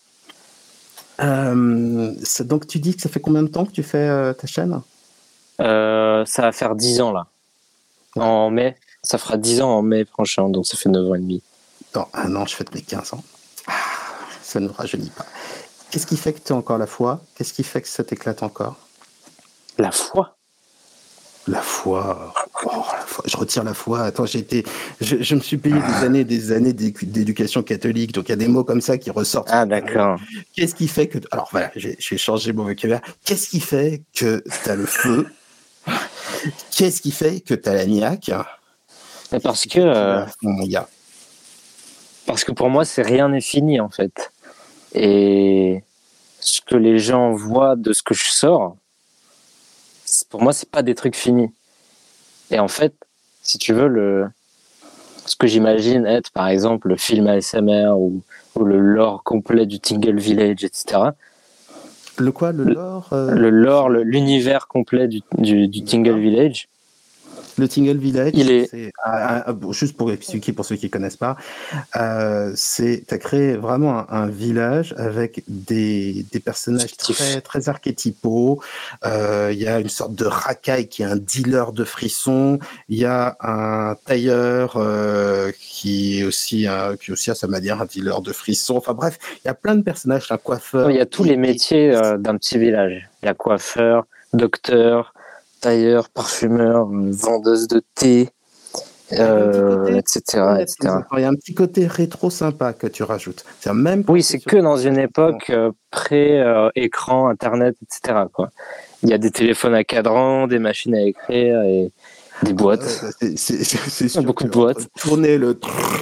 Donc, tu dis que ça fait combien de temps que tu fais ta chaîne ? Ça va faire 10 ans là. En mai, ça fera 10 ans en mai prochain, donc ça fait 9 ans et demi. Dans un an, je fête mes 15 ans. Ça ne rajeunit pas. Qu'est-ce qui fait que tu as encore la foi ? Qu'est-ce qui fait que ça t'éclate encore ? La foi ? La foi. Oh, la foi. Je retire la foi. Attends, je me suis payé des années d'éducation catholique, donc il y a des mots comme ça qui ressortent. Ah, d'accord. Qu'est-ce qui fait que... Alors voilà, je vais changer mon vocabulaire. Qu'est-ce qui fait que tu as le feu ? Qu'est-ce qui fait que tu as la niaque ? Parce que pour moi, rien n'est fini en fait. Et ce que les gens voient de ce que je sors, pour moi, c'est pas des trucs finis. Et en fait, si tu veux, ce que j'imagine être, par exemple, le film ASMR ou le lore complet du Tingle Village, etc. Le quoi, le lore Le lore, l'univers complet du Tingle Village. Le Tingle Village, c'est juste pour expliquer pour ceux qui connaissent pas, t'as créé vraiment un village avec des personnages très archétypaux. Il y a une sorte de racaille qui est un dealer de frissons. Il y a un tailleur qui est aussi à sa manière un dealer de frissons. Enfin bref, il y a plein de personnages, un coiffeur. Il y a tous les métiers d'un petit village. Il y a coiffeur, docteur, tailleur, parfumeur, vendeuse de thé, etc. Il y a un petit côté rétro sympa que tu rajoutes. Oui, c'est que dans une époque pré-écran, Internet, etc. Quoi. Il y a des téléphones à cadran, des machines à écrire et des boîtes. C'est sûr. Beaucoup de boîtes. Tourner le...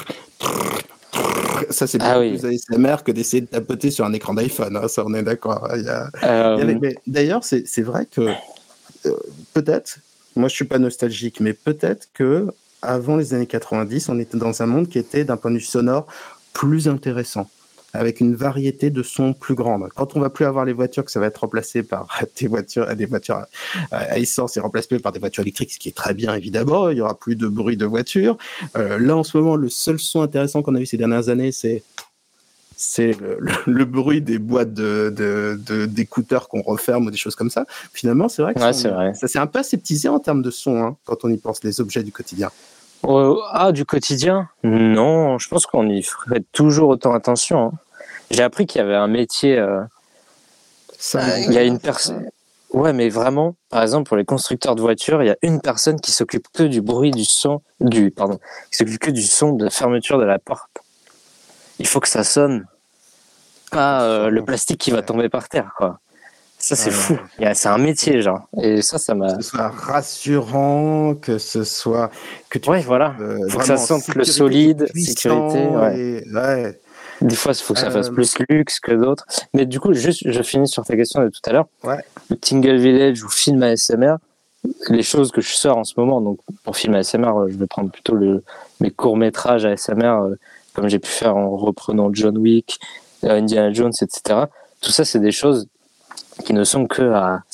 Ça, c'est beaucoup plus ASMR que d'essayer de tapoter sur un écran d'iPhone. Hein, ça, on est d'accord. Mais d'ailleurs, c'est vrai que peut-être, moi je suis pas nostalgique, mais peut-être que avant les années 90, on était dans un monde qui était d'un point de vue sonore plus intéressant, avec une variété de sons plus grande. Quand on va plus avoir les voitures, que ça va être remplacé par des voitures à essence et remplacé par des voitures électriques, ce qui est très bien évidemment, il y aura plus de bruit de voiture. Là en ce moment, le seul son intéressant qu'on a eu ces dernières années, c'est le bruit des boîtes d'écouteurs qu'on referme ou des choses comme ça. Finalement, c'est vrai que ça s'est un peu aseptisé en termes de son, hein, quand on y pense, les objets du quotidien. Du quotidien ? Non, je pense qu'on y ferait toujours autant attention. Hein. J'ai appris qu'il y avait un métier... il y a une personne... Ouais, mais vraiment, par exemple, pour les constructeurs de voitures, il y a une personne qui s'occupe que du bruit qui s'occupe que du son de la fermeture de la porte. Il faut que ça sonne, pas le plastique qui va tomber par terre, quoi. Ça, c'est fou. C'est un métier, genre. Et ça m'a... Que ce soit rassurant, que ce soit... voilà. Faut que ça sente le solide, sécurité. Des fois, il faut que ça fasse plus luxe que d'autres. Mais du coup, juste, je finis sur ta question de tout à l'heure. Ouais. Le Tingle Village ou film ASMR, les choses que je sors en ce moment, donc pour film ASMR, je vais prendre plutôt mes courts-métrages ASMR, comme j'ai pu faire en reprenant John Wick, Indiana Jones, etc. Tout ça, c'est des choses qui ne sont que à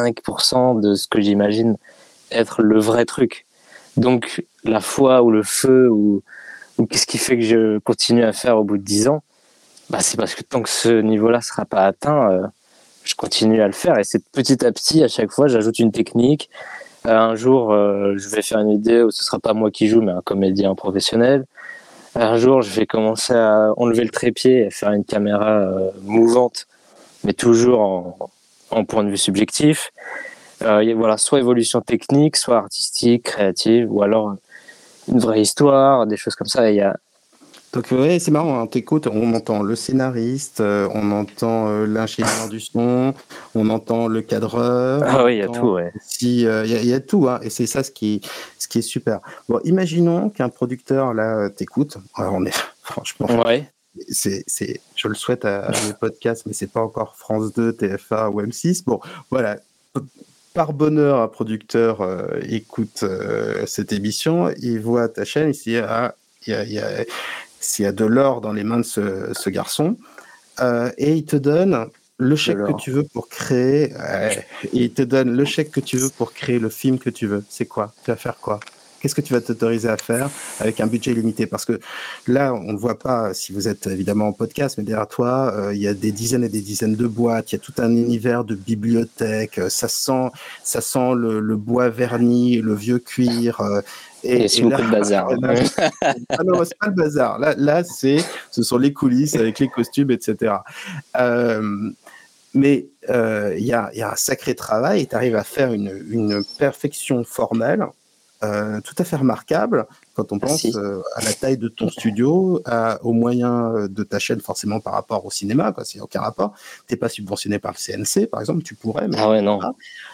5% de ce que j'imagine être le vrai truc. Donc, la foi ou le feu ou qu'est-ce qui fait que je continue à faire au bout de 10 ans, bah, c'est parce que tant que ce niveau-là ne sera pas atteint, je continue à le faire. Et c'est petit à petit, à chaque fois, j'ajoute une technique. Un jour, je vais faire une vidéo où ce ne sera pas moi qui joue, mais un comédien professionnel. Un jour, je vais commencer à enlever le trépied et faire une caméra mouvante, mais toujours en point de vue subjectif. Voilà, soit évolution technique, soit artistique, créative, ou alors une vraie histoire, des choses comme ça. Donc ouais, c'est marrant, hein, t'écoutes, on entend le scénariste, on entend l'ingénieur du son, on entend le cadreur. Ah oui, il y a tout, ouais. Il y a tout, hein, et c'est ça ce qui est super. Bon, imaginons qu'un producteur là t'écoute. Alors on est franchement. Ouais. Je le souhaite à mes podcasts, mais c'est pas encore France 2, TF1 ou M6. Bon, voilà. Par bonheur, un producteur écoute cette émission, il voit ta chaîne, il se dit s'il y a de l'or dans les mains de ce garçon, et il te donne le chèque que tu veux pour créer. Il te donne le chèque que tu veux pour créer le film que tu veux. C'est quoi ? Tu vas faire quoi ? Qu'est-ce que tu vas t'autoriser à faire avec un budget limité ? Parce que là, on ne le voit pas si vous êtes évidemment en podcast, mais derrière toi, il y a des dizaines et des dizaines de boîtes, il y a tout un univers de bibliothèques, ça sent le bois verni, le vieux cuir. Et c'est beaucoup de bazar. Ah non, c'est pas le bazar. Là, ce sont les coulisses avec les costumes, etc. Mais il y a un sacré travail et tu arrives à faire une perfection formelle tout à fait remarquable quand on pense à la taille de ton studio, aux moyens de ta chaîne forcément par rapport au cinéma, quoi, c'est aucun rapport. T'es pas subventionné par le CNC, par exemple, tu pourrais. Mais ah ouais, non.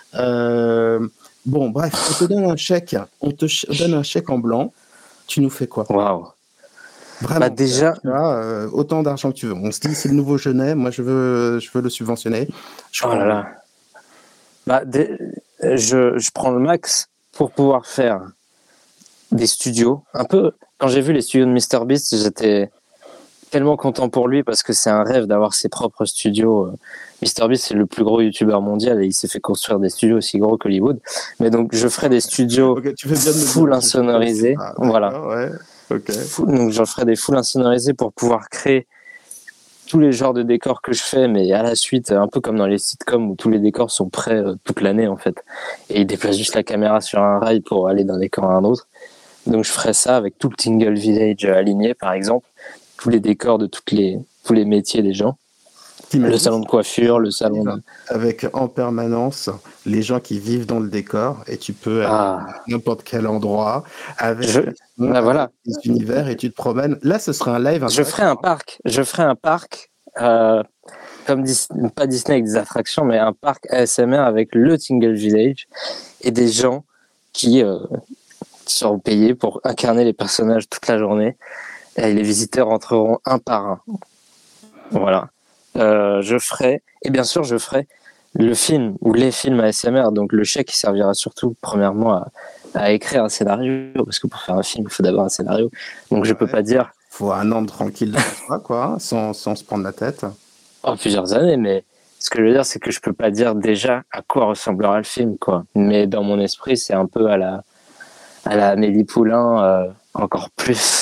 Bon, bref, on te donne un chèque, donne un chèque en blanc. Tu nous fais quoi ? Waouh. Vraiment. Bah déjà, autant d'argent que tu veux. On se dit c'est le nouveau Genet, moi je veux le subventionner. Oh là là. Bah, je prends le max pour pouvoir faire des studios. Un peu, quand j'ai vu les studios de MrBeast, j'étais tellement content pour lui parce que c'est un rêve d'avoir ses propres studios. MrBeast, c'est le plus gros youtubeur mondial et il s'est fait construire des studios aussi gros qu'Hollywood. Mais donc, je ferai des studios full insonorisés. Voilà. Ouais. Okay. Donc, j'en ferai des full insonorisés pour pouvoir créer tous les genres de décors que je fais, mais à la suite, un peu comme dans les sitcoms où tous les décors sont prêts toute l'année en fait. Et ils déplacent juste la caméra sur un rail pour aller d'un décor à un autre. Donc je ferai ça avec tout le Tingle Village aligné par exemple, tous les décors de tous les métiers des gens. Le salon de coiffure, le salon de... Avec en permanence les gens qui vivent dans le décor et tu peux aller à n'importe quel endroit avec voilà. des univers et tu te promènes. Là, ce sera un live. Je ferai un parc comme pas Disney avec des attractions, mais un parc ASMR avec le Tingle Village et des gens qui seront payés pour incarner les personnages toute la journée. Et les visiteurs entreront un par un. Voilà. Et bien sûr, je ferai le film ou les films ASMR. Donc, le chèque, il servira surtout, premièrement, à écrire un scénario. Parce que pour faire un film, il faut d'abord un scénario. Donc, je peux pas dire. Il faut un an tranquille, quoi, sans se prendre la tête. Oh, plusieurs années, mais ce que je veux dire, c'est que je peux pas dire déjà à quoi ressemblera le film, quoi. Mais dans mon esprit, c'est un peu à la Amélie Poulain, encore plus.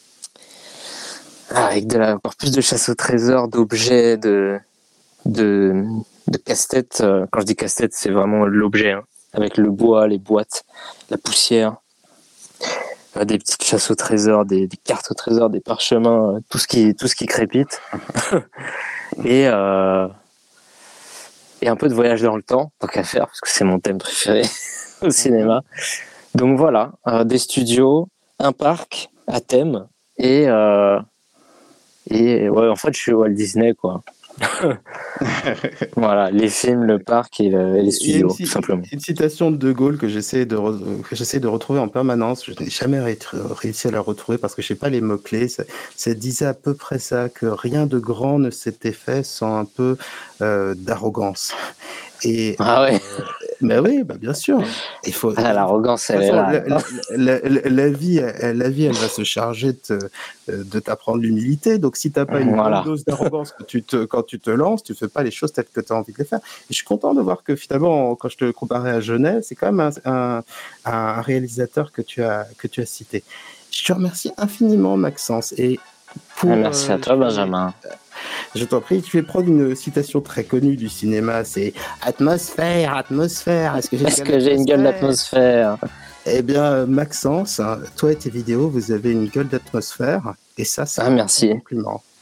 Avec encore plus de chasse au trésor, d'objets, de casse-tête. Quand je dis casse-tête, c'est vraiment l'objet, hein, avec le bois, les boîtes, la poussière, des petites chasses au trésor, des cartes au trésor, des parchemins, tout ce qui crépite. et un peu de voyage dans le temps, tant qu'à faire, parce que c'est mon thème préféré au cinéma. Donc voilà, des studios, un parc à thème et ouais, en fait, je suis Walt Disney, quoi. Voilà, les films, le parc et les studios, tout simplement. Une citation de Gaulle que j'essaie de retrouver en permanence. Je n'ai jamais réussi à la retrouver parce que je sais pas les mots-clés. Ça disait à peu près ça, que rien de grand ne s'était fait sans un peu d'arrogance. Et, Ah ouais. Mais oui, bah bien sûr. Il faut. L'arrogance, elle est là. La vie, elle va se charger de t'apprendre l'humilité. Donc, si t'as pas une bonne dose d'arrogance quand tu te lances, tu fais pas les choses telles que tu as envie de les faire. Et je suis content de voir que finalement, quand je te comparais à Genet, c'est quand même un réalisateur que tu as cité. Je te remercie infiniment, Maxence. Et merci à toi, Benjamin. Je t'en prie, je vais prendre une citation très connue du cinéma, c'est atmosphère, atmosphère. Est-ce que j'ai une gueule d'atmosphère? Eh bien, Maxence, toi et tes vidéos, vous avez une gueule d'atmosphère, et ça, c'est merci. un compliment.